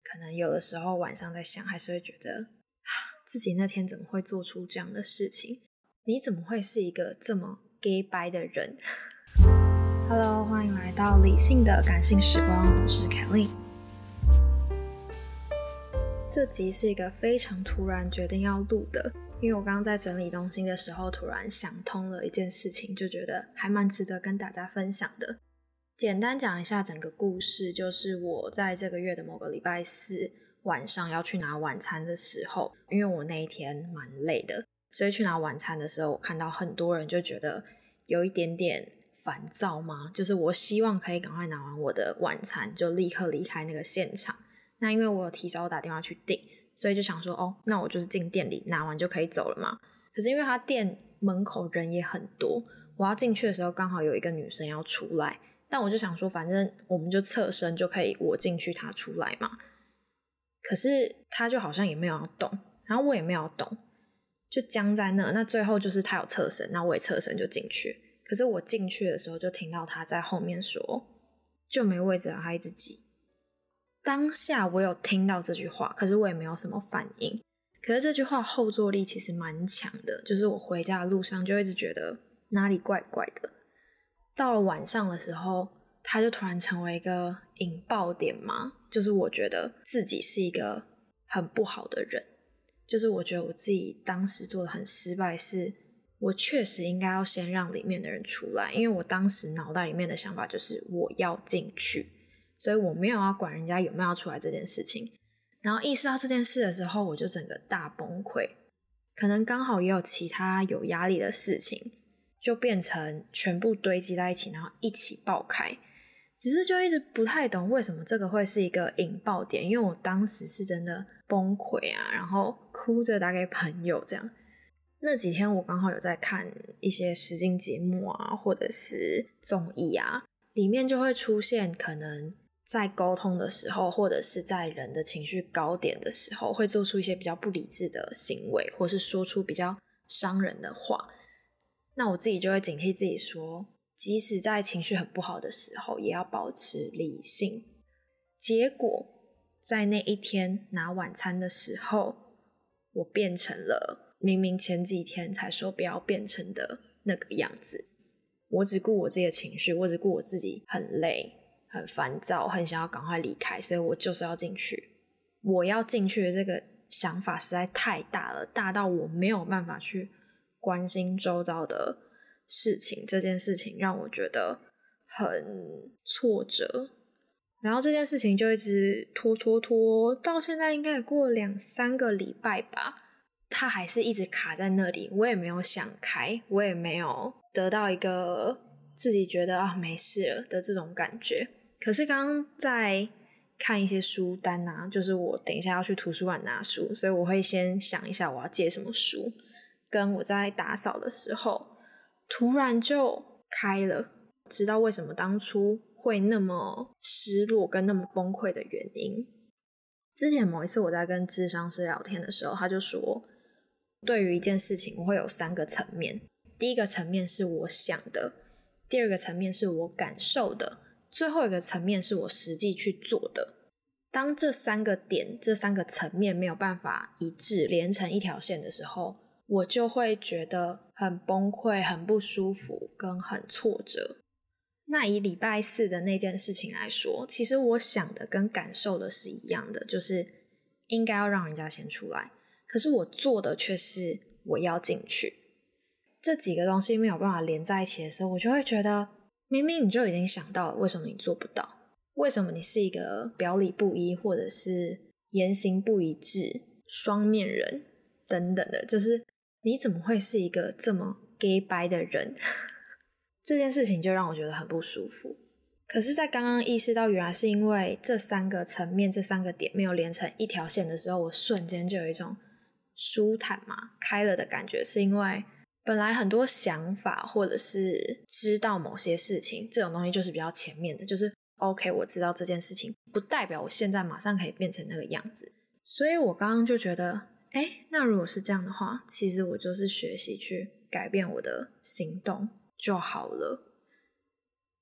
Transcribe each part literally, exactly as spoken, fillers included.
可能有的时候晚上在想，还是会觉得啊，自己那天怎么会做出这样的事情？你怎么会是一个这么 gay 掰的人？Hello， 欢迎来到理性的感性时光，我是 Kelly。这集是一个非常突然决定要录的，因为我刚刚在整理东西的时候，突然想通了一件事情，就觉得还蛮值得跟大家分享的。简单讲一下整个故事，就是我在这个月的某个礼拜四晚上要去拿晚餐的时候，因为我那一天蛮累的，所以去拿晚餐的时候，我看到很多人就觉得有一点点烦躁嘛，就是我希望可以赶快拿完我的晚餐，就立刻离开那个现场。那因为我有提早打电话去订，所以就想说哦，那我就是进店里拿完就可以走了嘛。可是因为他店门口人也很多，我要进去的时候刚好有一个女生要出来，但我就想说反正我们就侧身就可以我进去她出来嘛。可是她就好像也没有要动，然后我也没有要动，就僵在那。那最后就是她有侧身，那我也侧身就进去。可是我进去的时候就听到她在后面说就没位置了，她一直挤。当下我有听到这句话，可是我也没有什么反应。可是这句话后坐力其实蛮强的，就是我回家的路上就一直觉得哪里怪怪的。到了晚上的时候，它就突然成为一个引爆点嘛，就是我觉得自己是一个很不好的人，就是我觉得我自己当时做的很失败，是我确实应该要先让里面的人出来，因为我当时脑袋里面的想法就是我要进去，所以我没有要管人家有没有要出来这件事情。然后意识到这件事的时候，我就整个大崩溃，可能刚好也有其他有压力的事情，就变成全部堆积在一起，然后一起爆开。只是就一直不太懂为什么这个会是一个引爆点，因为我当时是真的崩溃啊，然后哭着打给朋友这样。那几天我刚好有在看一些实境节目啊，或者是综艺啊，里面就会出现可能在沟通的时候，或者是在人的情绪高点的时候，会做出一些比较不理智的行为，或是说出比较伤人的话。那我自己就会警惕自己说，即使在情绪很不好的时候，也要保持理性。结果在那一天拿晚餐的时候，我变成了明明前几天才说不要变成的那个样子。我只顾我自己的情绪，我只顾我自己很累很烦躁，很想要赶快离开，所以我就是要进去。我要进去的这个想法实在太大了，大到我没有办法去关心周遭的事情。这件事情让我觉得很挫折，然后这件事情就一直拖拖拖到现在应该也过了两三个礼拜吧，它还是一直卡在那里。我也没有想开，我也没有得到一个自己觉得啊没事了的这种感觉。可是刚刚在看一些书单啊，就是我等一下要去图书馆拿书，所以我会先想一下我要借什么书，跟我在打扫的时候突然就开了，知道为什么当初会那么失落跟那么崩溃的原因。之前某一次我在跟諮商师聊天的时候，他就说对于一件事情我会有三个层面，第一个层面是我想的，第二个层面是我感受的，最后一个层面是我实际去做的。当这三个点这三个层面没有办法一致连成一条线的时候，我就会觉得很崩溃很不舒服跟很挫折。那以礼拜四的那件事情来说，其实我想的跟感受的是一样的，就是应该要让人家先出来，可是我做的却是我要进去。这几个东西没有办法连在一起的时候，我就会觉得明明你就已经想到了，为什么你做不到？为什么你是一个表里不一或者是言行不一致双面人等等的，就是你怎么会是一个这么 gay 掰的人？这件事情就让我觉得很不舒服。可是在刚刚意识到原来是因为这三个层面这三个点没有连成一条线的时候，我瞬间就有一种舒坦嘛开了的感觉，是因为本来很多想法或者是知道某些事情这种东西就是比较前面的，就是 OK 我知道这件事情不代表我现在马上可以变成那个样子。所以我刚刚就觉得诶，那如果是这样的话，其实我就是学习去改变我的行动就好了。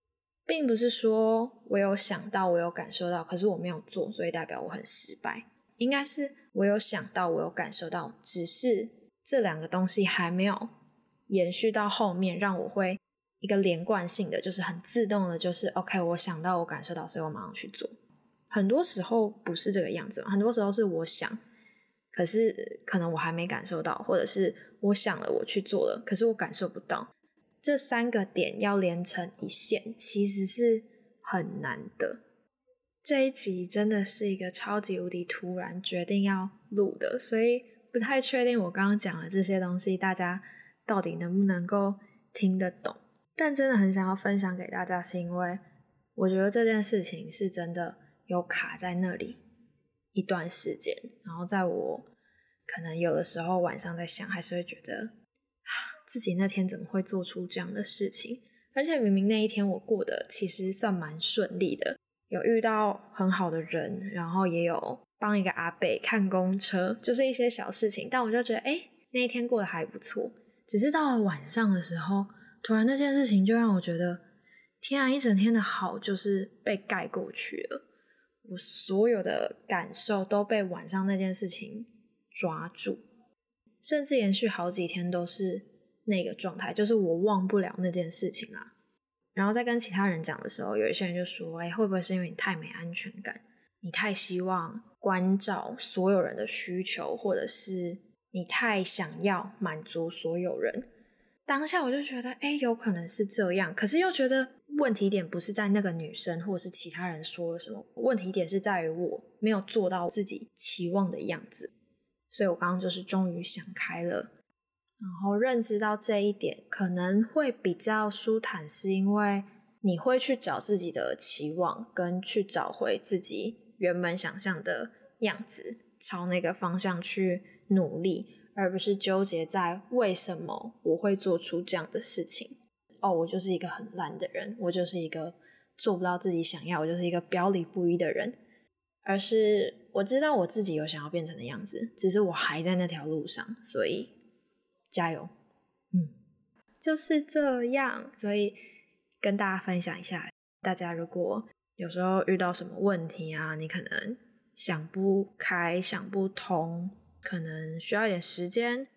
并不是说我有想到我有感受到可是我没有做，所以代表我很失败，应该是我有想到我有感受到，只是这两个东西还没有延续到后面，让我会一个连贯性的，就是很自动的，就是 OK 我想到我感受到，所以我马上去做。很多时候不是这个样子，很多时候是我想，可是可能我还没感受到，或者是我想了我去做了，可是我感受不到。这三个点要连成一线其实是很难的。这一集真的是一个超级无敌突然决定要录的，所以不太确定我刚刚讲的这些东西大家到底能不能够听得懂，但真的很想要分享给大家，是因为我觉得这件事情是真的有卡在那里一段时间，然后在我可能有的时候晚上在想，还是会觉得自己那天怎么会做出这样的事情，而且明明那一天我过得其实算蛮顺利的，有遇到很好的人，然后也有帮一个阿伯看公车，就是一些小事情，但我就觉得诶那一天过得还不错。只是到了晚上的时候，突然那件事情就让我觉得天啊，一整天的好就是被盖过去了，我所有的感受都被晚上那件事情抓住，甚至延续好几天都是那个状态，就是我忘不了那件事情啊。然后在跟其他人讲的时候，有一些人就说哎，会不会是因为你太没安全感，你太希望关照所有人的需求，或者是你太想要满足所有人。当下我就觉得哎，有可能是这样，可是又觉得问题点不是在那个女生或是其他人说了什么，问题点是在于我没有做到自己期望的样子。所以我刚刚就是终于想开了，然后认知到这一点可能会比较舒坦，是因为你会去找自己的期望，跟去找回自己原本想象的样子，朝那个方向去努力，而不是纠结在为什么我会做出这样的事情。哦，我就是一个很烂的人，我就是一个做不到自己想要，我就是一个表里不一的人，而是我知道我自己有想要变成的样子，只是我还在那条路上，所以加油。嗯，就是这样。所以跟大家分享一下，大家如果有时候遇到什么问题啊，你可能想不开想不通，可能需要一点时间。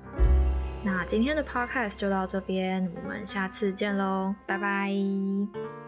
那今天的 podcast 就到这边，我们下次见咯，拜拜。